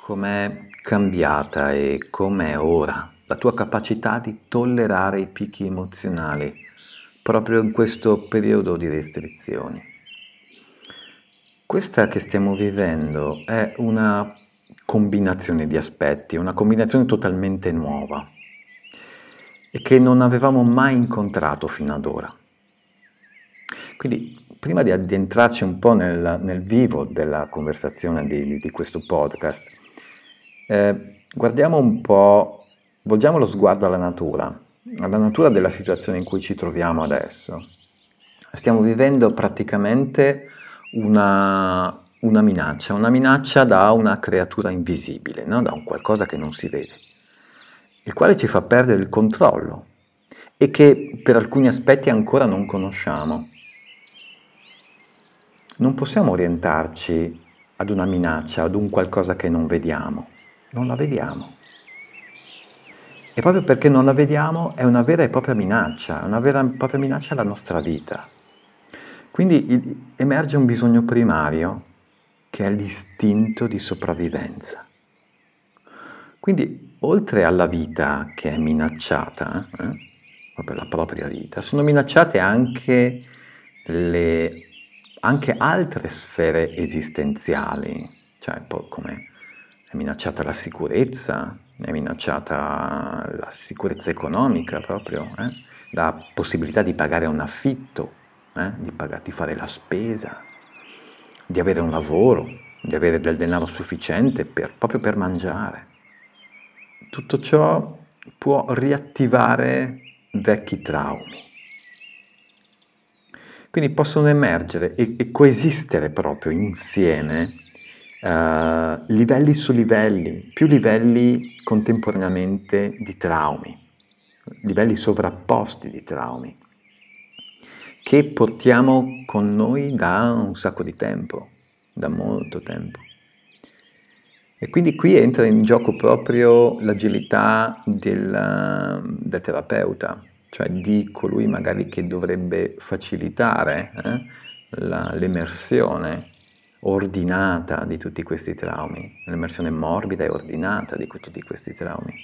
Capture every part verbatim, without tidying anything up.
com'è cambiata e com'è ora la tua capacità di tollerare i picchi emozionali proprio in questo periodo di restrizioni. Questa che stiamo vivendo è una combinazione di aspetti, una combinazione totalmente nuova e che non avevamo mai incontrato fino ad ora. Quindi, prima di addentrarci un po' nel, nel vivo della conversazione di, di questo podcast, eh, guardiamo un po', volgiamo lo sguardo alla natura, alla natura della situazione in cui ci troviamo adesso. Stiamo vivendo praticamente una, una minaccia, una minaccia da una creatura invisibile, no? Da un qualcosa che non si vede, il quale ci fa perdere il controllo e che per alcuni aspetti ancora non conosciamo. Non possiamo orientarci ad una minaccia, ad un qualcosa che non vediamo. Non la vediamo. E proprio perché non la vediamo è una vera e propria minaccia, una vera e propria minaccia alla nostra vita. Quindi il, emerge un bisogno primario che è l'istinto di sopravvivenza. Quindi, oltre alla vita che è minacciata, eh, proprio la propria vita, sono minacciate anche le anche altre sfere esistenziali, cioè un po' come è minacciata la sicurezza, è minacciata la sicurezza economica proprio, eh? La possibilità di pagare un affitto, eh? di, pagare, di fare la spesa, di avere un lavoro, di avere del denaro sufficiente per, proprio per mangiare. Tutto ciò può riattivare vecchi traumi. Quindi possono emergere e, e coesistere proprio insieme uh, livelli su livelli, più livelli contemporaneamente di traumi, livelli sovrapposti di traumi, che portiamo con noi da un sacco di tempo, da molto tempo. E quindi qui entra in gioco proprio l'agilità del, del terapeuta, cioè di colui magari che dovrebbe facilitare eh, la, l'emersione ordinata di tutti questi traumi, l'emersione morbida e ordinata di tutti questi traumi.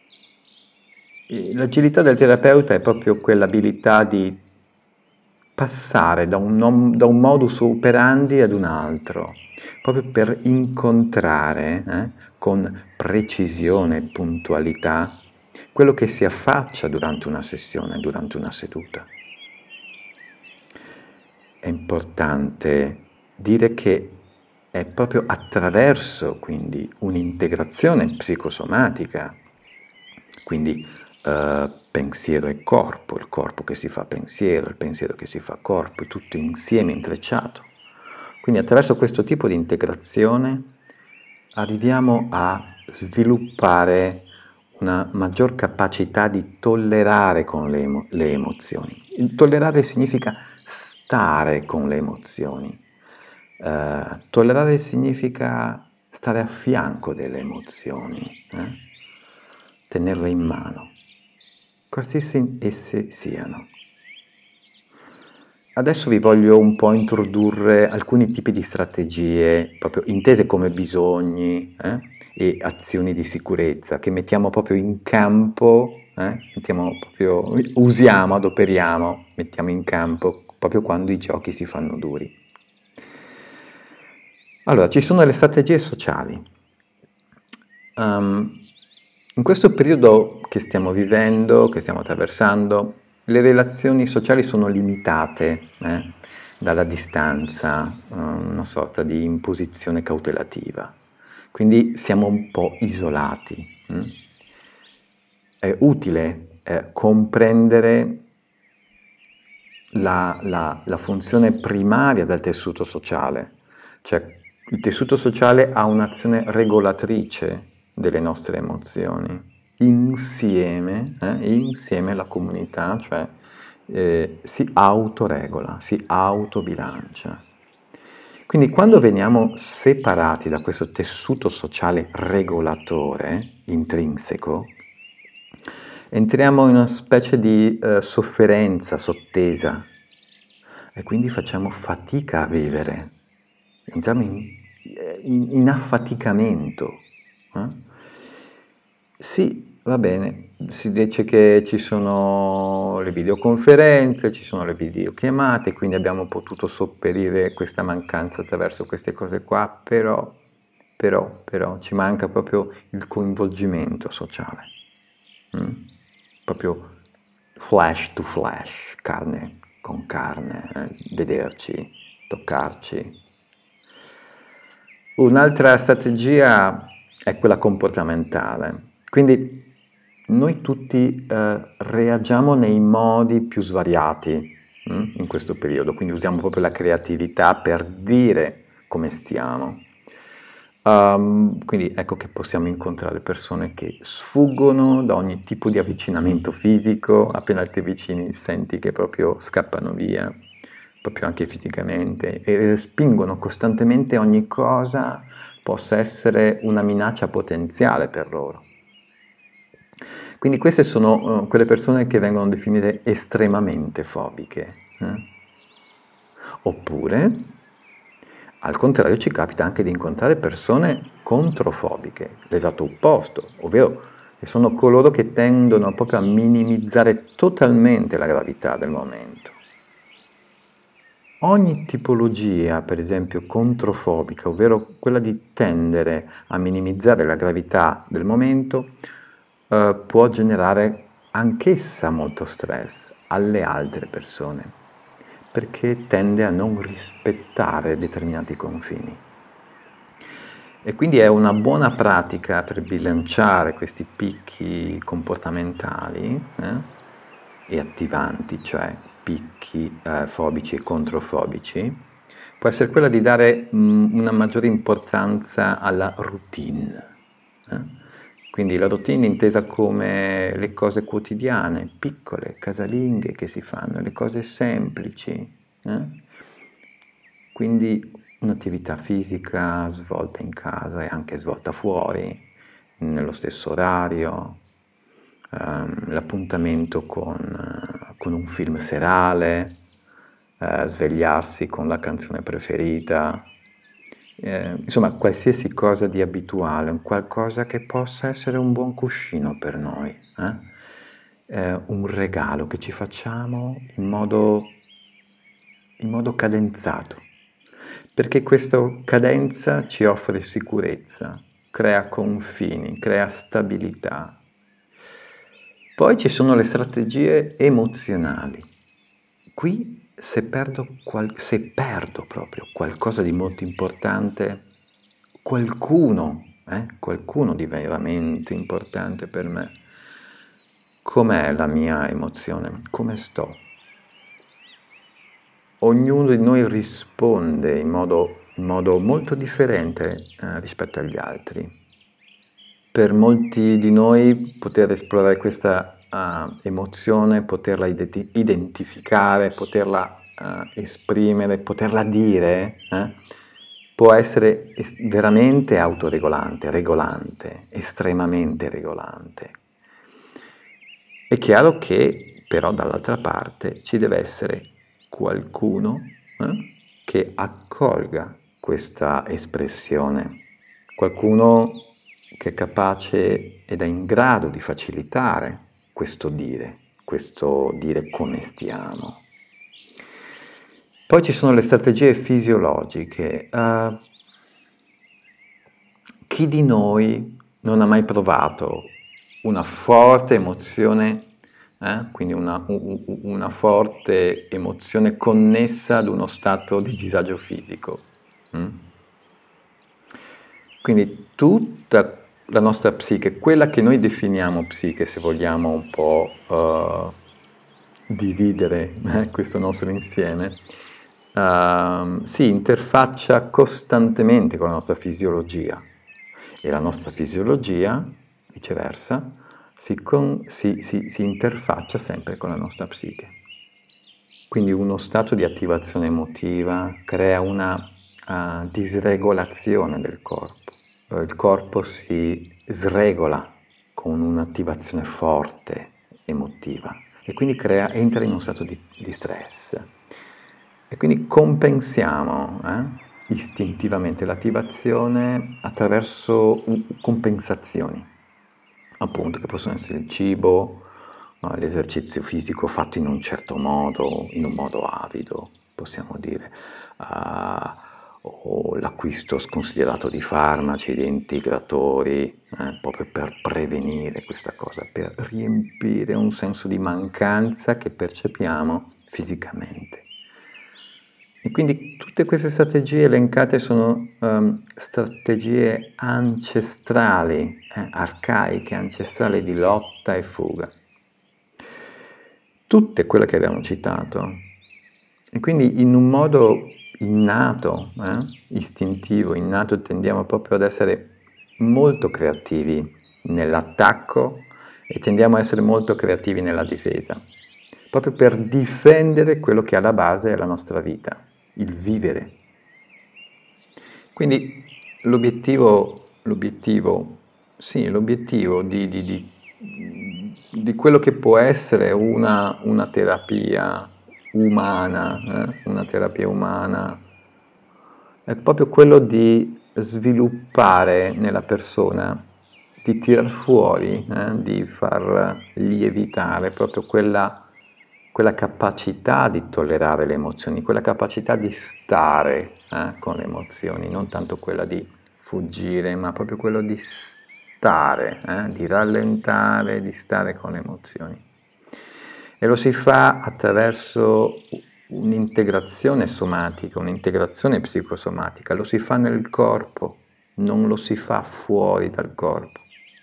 E l'agilità del terapeuta è proprio quell'abilità di passare da un, da un modus operandi ad un altro, proprio per incontrare eh, con precisione e puntualità quello che si affaccia durante una sessione, durante una seduta. È importante dire che è proprio attraverso quindi un'integrazione psicosomatica, quindi eh, pensiero e corpo, il corpo che si fa pensiero, il pensiero che si fa corpo, tutto insieme intrecciato. Quindi attraverso questo tipo di integrazione arriviamo a sviluppare una maggior capacità di tollerare con le, emo- le emozioni. Il tollerare significa stare con le emozioni. Uh, tollerare significa stare a fianco delle emozioni, eh? Tenerle in mano, qualsiasi esse siano. Adesso vi voglio un po' introdurre alcuni tipi di strategie, proprio intese come bisogni eh? e azioni di sicurezza, che mettiamo proprio in campo, eh? mettiamo proprio, usiamo, adoperiamo, mettiamo in campo proprio quando i giochi si fanno duri. Allora, ci sono le strategie sociali. Um, in questo periodo che stiamo vivendo, che stiamo attraversando, le relazioni sociali sono limitate eh, dalla distanza, una sorta di imposizione cautelativa. Quindi siamo un po' isolati. Hm? È utile eh, comprendere la, la, la funzione primaria del tessuto sociale, cioè il tessuto sociale ha un'azione regolatrice delle nostre emozioni, insieme, eh, insieme alla comunità, cioè eh, si autoregola, si autobilancia. Quindi quando veniamo separati da questo tessuto sociale regolatore, intrinseco, entriamo in una specie di eh, sofferenza sottesa e quindi facciamo fatica a vivere, entriamo in, in, in affaticamento. Eh? Sì, va bene, si dice che ci sono le videoconferenze, ci sono le videochiamate, quindi abbiamo potuto sopperire questa mancanza attraverso queste cose qua, però, però, però ci manca proprio il coinvolgimento sociale. Mm? Proprio flash to flash, carne con carne, eh? Vederci, toccarci. Un'altra strategia è quella comportamentale. Quindi noi tutti eh, reagiamo nei modi più svariati hm, in questo periodo, quindi usiamo proprio la creatività per dire come stiamo. Um, quindi ecco che possiamo incontrare persone che sfuggono da ogni tipo di avvicinamento fisico, appena ti avvicini senti che proprio scappano via, proprio anche fisicamente, e spingono costantemente ogni cosa possa essere una minaccia potenziale per loro. Quindi queste sono uh, quelle persone che vengono definite estremamente fobiche. Eh? Oppure, al contrario, ci capita anche di incontrare persone controfobiche, l'esatto opposto, ovvero che sono coloro che tendono proprio a minimizzare totalmente la gravità del momento. Ogni tipologia, per esempio, controfobica, ovvero quella di tendere a minimizzare la gravità del momento, eh, può generare anch'essa molto stress alle altre persone, perché tende a non rispettare determinati confini. E quindi è una buona pratica per bilanciare questi picchi comportamentali eh, e attivanti, cioè picchi eh, fobici e controfobici, può essere quella di dare mh, una maggiore importanza alla routine. Eh? Quindi la routine intesa come le cose quotidiane, piccole, casalinghe che si fanno, le cose semplici. Eh? Quindi un'attività fisica svolta in casa e anche svolta fuori, nello stesso orario, ehm, l'appuntamento con, eh, con un film serale, eh, svegliarsi con la canzone preferita, eh, insomma qualsiasi cosa di abituale, un qualcosa che possa essere un buon cuscino per noi, eh? Eh, un regalo che ci facciamo in modo, in modo cadenzato, perché questa cadenza ci offre sicurezza, crea confini, crea stabilità. Poi ci sono le strategie emozionali. Qui se perdo, qual- se perdo proprio qualcosa di molto importante, qualcuno, eh, qualcuno di veramente importante per me, com'è la mia emozione? Come sto? Ognuno di noi risponde in modo, in modo molto differente eh, rispetto agli altri. Per molti di noi poter esplorare questa uh, emozione, poterla identi- identificare, poterla uh, esprimere, poterla dire, eh, può essere es- veramente autoregolante, regolante, estremamente regolante. È chiaro che però dall'altra parte ci deve essere qualcuno eh, che accolga questa espressione, qualcuno che è capace ed è in grado di facilitare questo dire, questo dire come stiamo. Poi ci sono le strategie fisiologiche. Uh, chi di noi non ha mai provato una forte emozione, eh? Quindi una, una forte emozione connessa ad uno stato di disagio fisico? Mm? Quindi tutta la nostra psiche, quella che noi definiamo psiche, se vogliamo un po' uh, dividere eh, questo nostro insieme, uh, si interfaccia costantemente con la nostra fisiologia e la nostra fisiologia, viceversa, si, con, si, si, si interfaccia sempre con la nostra psiche. Quindi uno stato di attivazione emotiva crea una uh, disregolazione del corpo. Il corpo si sregola con un'attivazione forte emotiva e quindi crea, entra in uno stato di, di stress. E quindi compensiamo eh, istintivamente l'attivazione attraverso compensazioni, appunto, che possono essere il cibo, l'esercizio fisico fatto in un certo modo, in un modo avido, possiamo dire, uh, o l'acquisto sconsiderato di farmaci, di integratori, eh, proprio per prevenire questa cosa, per riempire un senso di mancanza che percepiamo fisicamente. E quindi tutte queste strategie elencate sono um, strategie ancestrali, eh, arcaiche, ancestrali di lotta e fuga. Tutte quelle che abbiamo citato. E quindi in un modo innato, eh, istintivo, innato, tendiamo proprio ad essere molto creativi nell'attacco e tendiamo a essere molto creativi nella difesa, proprio per difendere quello che alla base è la nostra vita, il vivere. Quindi l'obiettivo, l'obiettivo, sì, l'obiettivo di, di, di, di quello che può essere una, una terapia umana, eh? una terapia umana, è proprio quello di sviluppare nella persona, di tirar fuori, eh? di far lievitare proprio quella, quella capacità di tollerare le emozioni, quella capacità di stare eh? con le emozioni, non tanto quella di fuggire, ma proprio quello di stare, eh? di rallentare, di stare con le emozioni. E lo si fa attraverso un'integrazione somatica, un'integrazione psicosomatica, lo si fa nel corpo, non lo si fa fuori dal corpo.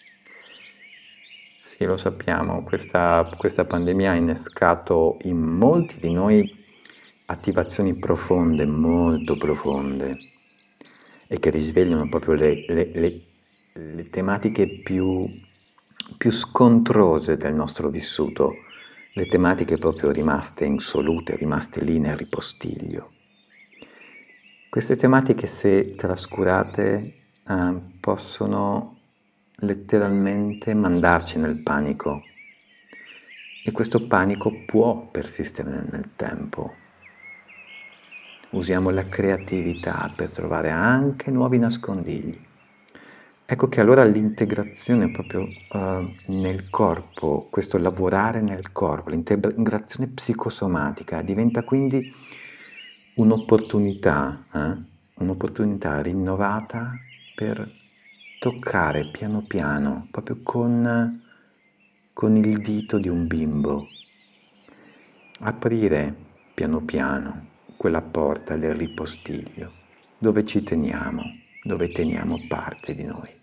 Sì, lo sappiamo, questa, questa pandemia ha innescato in molti di noi attivazioni profonde, molto profonde, e che risvegliano proprio le, le, le, le tematiche più, più scontrose del nostro vissuto, le tematiche proprio rimaste insolute, rimaste lì nel ripostiglio. Queste tematiche, se trascurate, eh, possono letteralmente mandarci nel panico, e questo panico può persistere nel tempo. Usiamo la creatività per trovare anche nuovi nascondigli. Ecco che allora l'integrazione proprio uh, nel corpo, questo lavorare nel corpo, l'integrazione psicosomatica diventa quindi un'opportunità, eh? un'opportunità rinnovata per toccare piano piano, proprio con, con il dito di un bimbo, aprire piano piano quella porta del ripostiglio dove ci teniamo, dove teniamo parte di noi.